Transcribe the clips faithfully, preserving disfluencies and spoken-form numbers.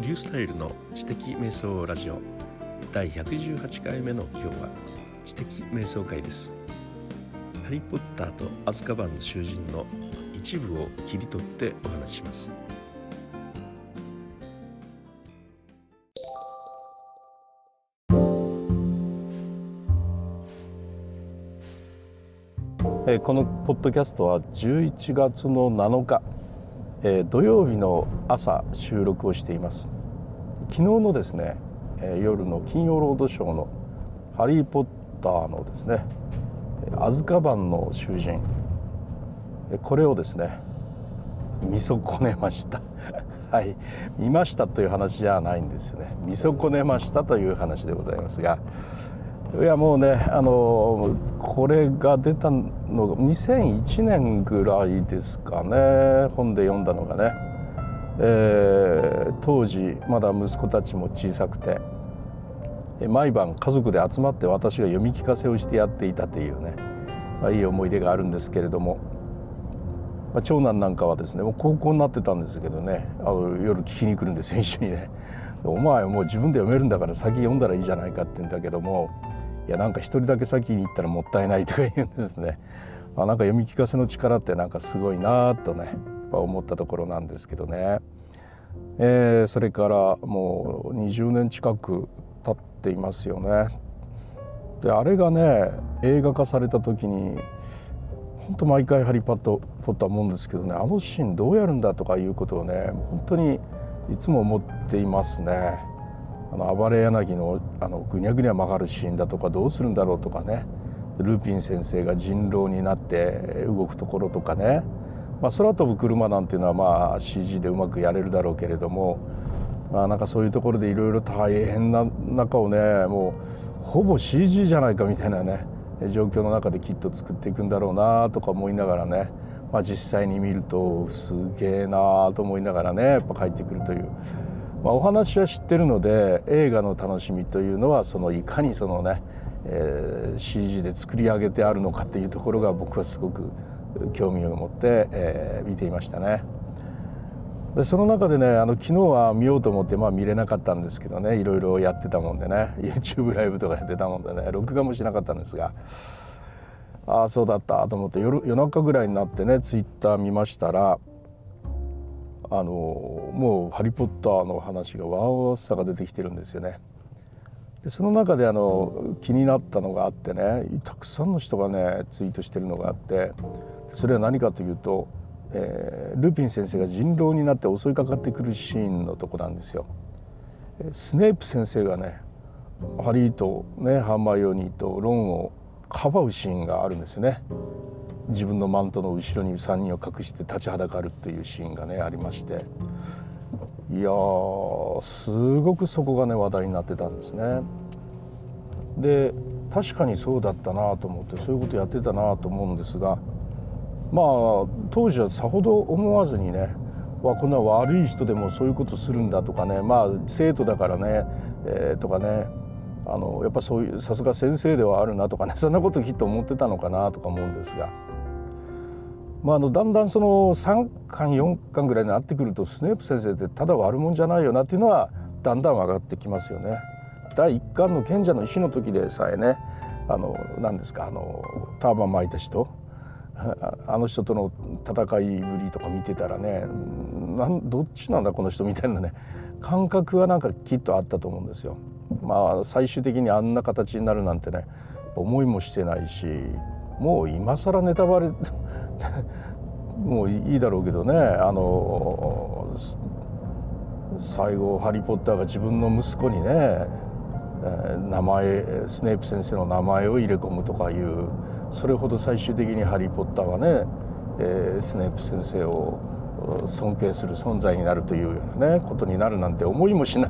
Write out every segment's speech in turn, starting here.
リュースタイルの知的瞑想ラジオだいひゃくじゅうはちかいめの今日は知的瞑想会です。ハリーポッターとアズカバンの囚人の一部を切り取ってお話しします。 えー、このポッドキャストはじゅういちがつのなのか、えー、土曜日の朝収録をしています。昨日のですね、えー、夜の金曜ロードショーのハリーポッターのですねアズカバンの囚人、これをですね見損ねましたはい、見ましたという話じゃないんですよね。見損ねましたという話でございますが、いやもうね、あのこれが出たのがにせんいちねんぐらいですかね、本で読んだのがね、えー、当時まだ息子たちも小さくて、毎晩家族で集まって私が読み聞かせをしてやっていたというね、まあ、いい思い出があるんですけれども、まあ、長男なんかはですねもう高校になってたんですけどね、あの夜聞きに来るんですよ、一緒にね。お前もう自分で読めるんだから先読んだらいいじゃないかって言うんだけども、いやなんか一人だけ先に行ったらもったいないとか言うんですね。まあ、なんか読み聞かせの力ってなんかすごいなとね思ったところなんですけどね、えー、それからもうにじゅうねん近く経っていますよね。であれがね映画化された時に本当毎回ハリーポッターポッター思うんですけどね、あのシーンどうやるんだとかいうことをね本当にいつも思っていますね。あの暴れ柳のあのぐにゃぐにゃ曲がるシーンだとかどうするんだろうとかね、ルピン先生が人狼になって動くところとかね、まあ、空飛ぶ車なんていうのはまあ シージー でうまくやれるだろうけれども、まあ、なんかそういうところでいろいろ大変な中をねもうほぼ シージー じゃないかみたいなね状況の中できっと作っていくんだろうなとか思いながらね、まあ、実際に見るとすげえなと思いながらねやっぱ帰ってくるという。まあ、お話は知ってるので映画の楽しみというのはそのいかにそのね、えー、シージー で作り上げてあるのかっていうところが僕はすごく興味を持って、えー、見ていましたね。でその中でねあの昨日は見ようと思って、まあ、見れなかったんですけどね、いろいろやってたもんでね YouTube ライブとかやってたもんでね録画もしなかったんですが、ああそうだったと思って 夜, 夜中ぐらいになってねツイッター見ましたら、あのもうハリーポッターの話がわーわさが出てきてるんですよね。でその中であの気になったのがあってね、たくさんの人がねツイートしてるのがあって、それは何かというと、えー、ルピン先生が人狼になって襲いかかってくるシーンのとこなんですよ。スネープ先生がねハリーとねハーマイオニーとロンをかばうシーンがあるんですよね。自分のマントの後ろにさんにんを隠して立ちはだかるっていうシーンがねありまして、いやーすごくそこがね話題になってたんですね。で確かにそうだったなと思って、そういうことやってたなと思うんですが、まあ当時はさほど思わずにね、わこんな悪い人でもそういうことするんだとかね、まあ生徒だからね、えー、とかね、あのやっぱそういうさすが先生ではあるなとかね、そんなこときっと思ってたのかなとか思うんですが、まあ、あのだんだんそのさんかんよんかんぐらいになってくるとスネープ先生ってただ悪者じゃないよなっていうのはだんだん分かってきますよね。だいいっかんの賢者の石の時でさえね、あの何ですかあのターバン巻いた人、あの人との戦いぶりとか見てたらね、なんどっちなんだこの人みたいなね感覚はなんかきっとあったと思うんですよ。まあ最終的にあんな形になるなんてね思いもしてないし、もう今更ネタバレもういいだろうけどね、あの最後ハリー・ポッターが自分の息子にね名前スネープ先生の名前を入れ込むとかいう、それほど最終的にハリー・ポッターはね、えー、スネープ先生を尊敬する存在になるというようなねことになるなんて思いもしない、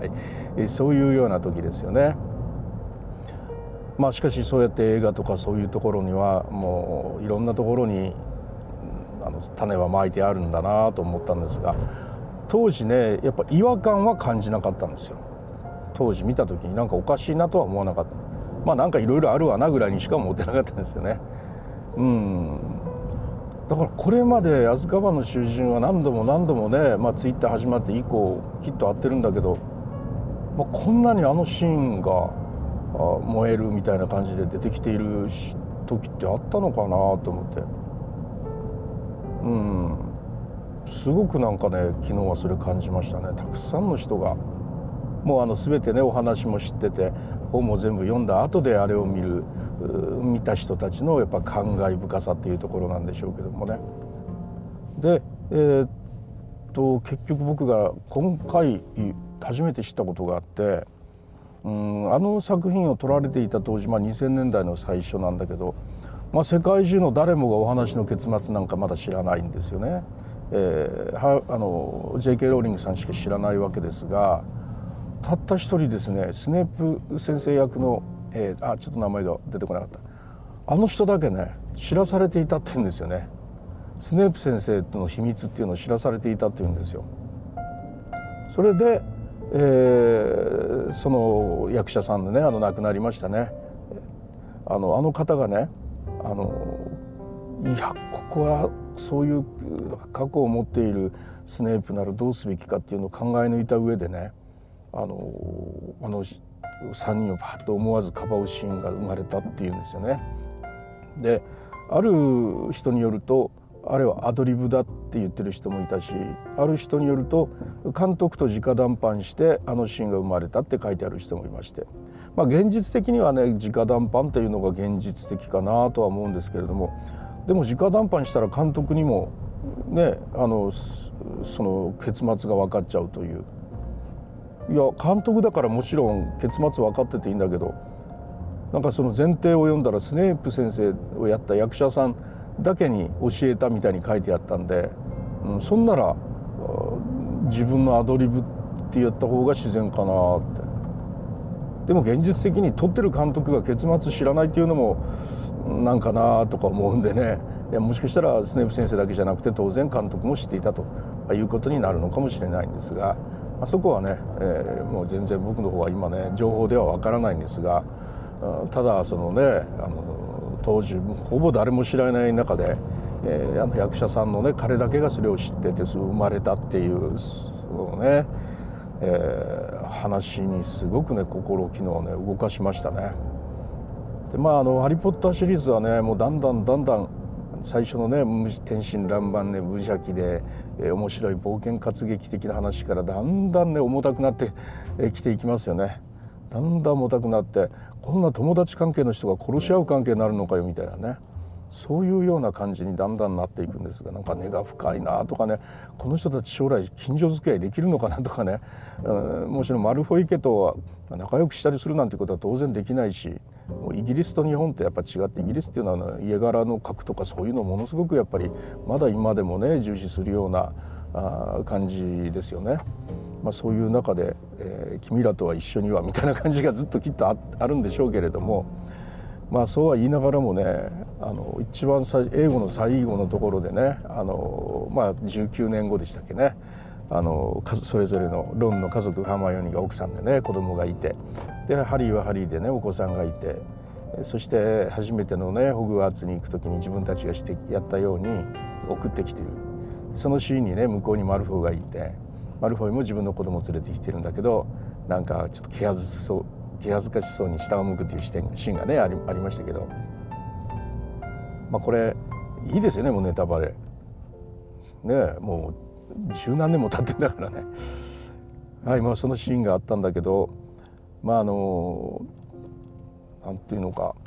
そういうような時ですよね。まあしかしそうやって映画とかそういうところにはもういろんなところにあの種はまいてあるんだなと思ったんですが、当時ねやっぱ違和感は感じなかったんですよ。当時見た時になんかおかしいなとは思わなかった。まあなんかいろいろあるわなぐらいにしか思ってなかったんですよね。うんだからこれまでアズカバンの囚人は何度も何度もね、まあ、ツイッター始まって以降ヒット合ってるんだけど、まあ、こんなにあのシーンが燃えるみたいな感じで出てきている時ってあったのかなと思って、うんすごくなんかね昨日はそれ感じましたね。たくさんの人がもうあの全てねお話も知ってて本も全部読んだ後であれを見る見た人たちのやっぱ感慨深さっていうところなんでしょうけどもね。で、えー、っと結局僕が今回初めて知ったことがあって、うんあの作品を撮られていた当時、まあ、にせんねんだいの最初なんだけど、まあ、世界中の誰もがお話の結末なんかまだ知らないんですよね。えー、はあの ジェイケー ローリングさんしか知らないわけですが、たった一人ですねスネープ先生役の、えー、あちょっと名前が出てこなかった、あの人だけね知らされていたって言うんですよね。スネープ先生の秘密っていうのを知らされていたって言うんですよ。それで、えー、その役者さんのねあの亡くなりましたねあのあの方がねあのいやここはそういう過去を持っているスネープならどうすべきかっていうのを考え抜いた上でねあのあのさんにんをパッと思わずかばうシーンが生まれたっていうんですよね。である人によるとあれはアドリブだって言ってる人もいたし、ある人によると監督と直談判してあのシーンが生まれたって書いてある人もいまして、まあ現実的にはね直談判っていうのが現実的かなとは思うんですけれども、でも直談判したら監督にもねあのその結末が分かっちゃうという。いや監督だからもちろん結末分かってていいんだけど、なんかその前提を読んだらスネープ先生をやった役者さんだけに教えたみたいに書いてあったんで、うん、そんなら自分のアドリブってやった方が自然かなって。でも現実的に撮ってる監督が結末知らないっていうのもなんかなとか思うんでね、いやもしかしたらスネープ先生だけじゃなくて当然監督も知っていたということになるのかもしれないんですが、あそこはね、えー、もう全然僕の方は今ね情報ではわからないんですが、ただそのねあの当時ほぼ誰も知らない中で、えー、あの役者さんのね彼だけがそれを知ってて生まれたっていうそのね、えー、話にすごくね心を昨日ね動かしましたね。でまああの「ハリー・ポッター」シリーズはねもうだんだんだんだん最初のね天真爛漫ね無邪気で、えー、面白い冒険活劇的な話からだんだんね重たくなってき、えー、ていきますよね。だんだん重たくなってこんな友達関係の人が殺し合う関係になるのかよみたいなね、そういうような感じにだんだんなっていくんですが、なんか根が深いなとかね、この人たち将来近所付き合いできるのかなとかね、うん、もちろんマルフォイ家とは仲良くしたりするなんてことは当然できないし、もうイギリスと日本ってやっぱ違って、イギリスっていうのは、ね、家柄の格とかそういうのをものすごくやっぱりまだ今でもね重視するようなあ感じですよね。まあ、そういう中で、えー、君らとは一緒にはみたいな感じがずっときっと あ, あるんでしょうけれども、まあそうは言いながらもねあの一番最英語の最後のところでねあの、まあ、じゅうきゅうねんごでしたっけね、あのそれぞれのロンの家族ハーマイオニーが奥さんでね子供がいて、でハリーはハリーでねお子さんがいて、そして初めてのねホグワーツに行く時に自分たちがしてやったように送ってきてる。そのシーンにね向こうにマルフォーがいて、マルフォイも自分の子供を連れてきてるんだけど、なんかちょっと気恥ずそう気恥ずかしそうに下を向くっていう視点シーンがねあり、ありましたけど、まあこれいいですよねもうネタバレね、もう十何年も経ってんだからね。はい、まあそのシーンがあったんだけど、まああのなんていうのか、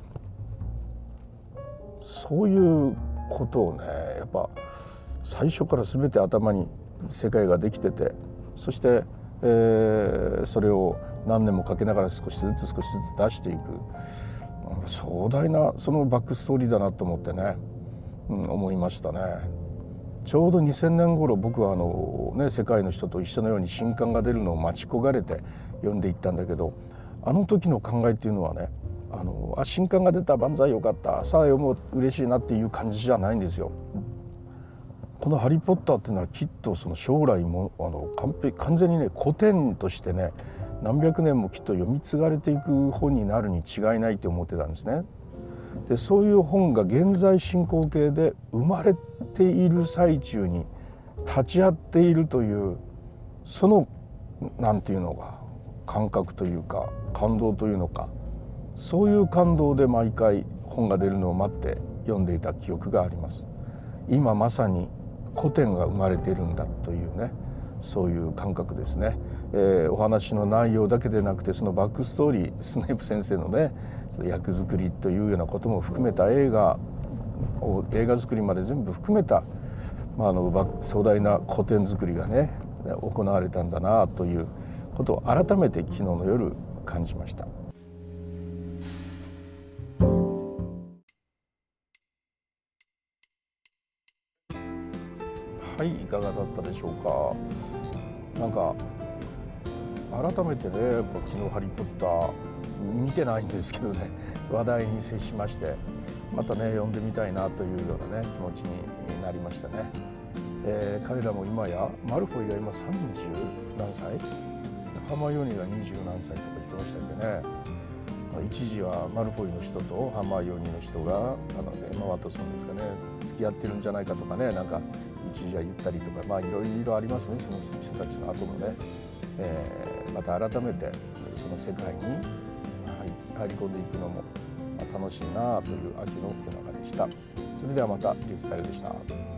そういうことをねやっぱ最初から全て頭に世界ができてて、そして、えー、それを何年もかけながら少しずつ少しずつ出していく壮大なそのバックストーリーだなと思ってね、うん、思いましたね。ちょうどにせんねん頃僕はあの、ね、世界の人と一緒のように新刊が出るのを待ち焦がれて読んでいったんだけど、あの時の考えっていうのはね、あのあ新刊が出た万歳よかったさあ読もう嬉しいなっていう感じじゃないんですよ。この「ハリー・ポッター」っていうのはきっとその将来もあの完璧完全にね古典としてね何百年もきっと読み継がれていく本になるに違いないと思ってたんですね。 でそういう本が現在進行形で生まれている最中に立ち会っているというそのなんていうのか感覚というか感動というのか、そういう感動で毎回本が出るのを待って読んでいた記憶があります。今まさに古典が生まれているんだというね、そういう感覚ですね。えー、お話の内容だけでなくてそのバックストーリー、スネープ先生のねその役作りというようなことも含めた映画を映画作りまで全部含めた、まあ、あの壮大な古典作りがね行われたんだなということを改めて昨日の夜感じました。はい、いかがだったでしょうか。なんか改めてね、やっぱ昨日ハリーポッター見てないんですけどね、話題に接しましてまたね読んでみたいなというようなね気持ちになりましたね。えー、彼らも今やマルフォイが今さんじゅう何歳、ハーマイオニーがにじゅう何歳とか言ってましたんでね、まあ、一時はマルフォイの人とハーマイオニーの人があのエマ・ワトソンですかね付き合ってるんじゃないかとかね、なんか一時は言ったりとか、まあいろいろありますね、その人たちの後もね。えー、また改めてその世界に入り込んでいくのも楽しいなという秋の夜長でした。それではまたリュウスタイルでした。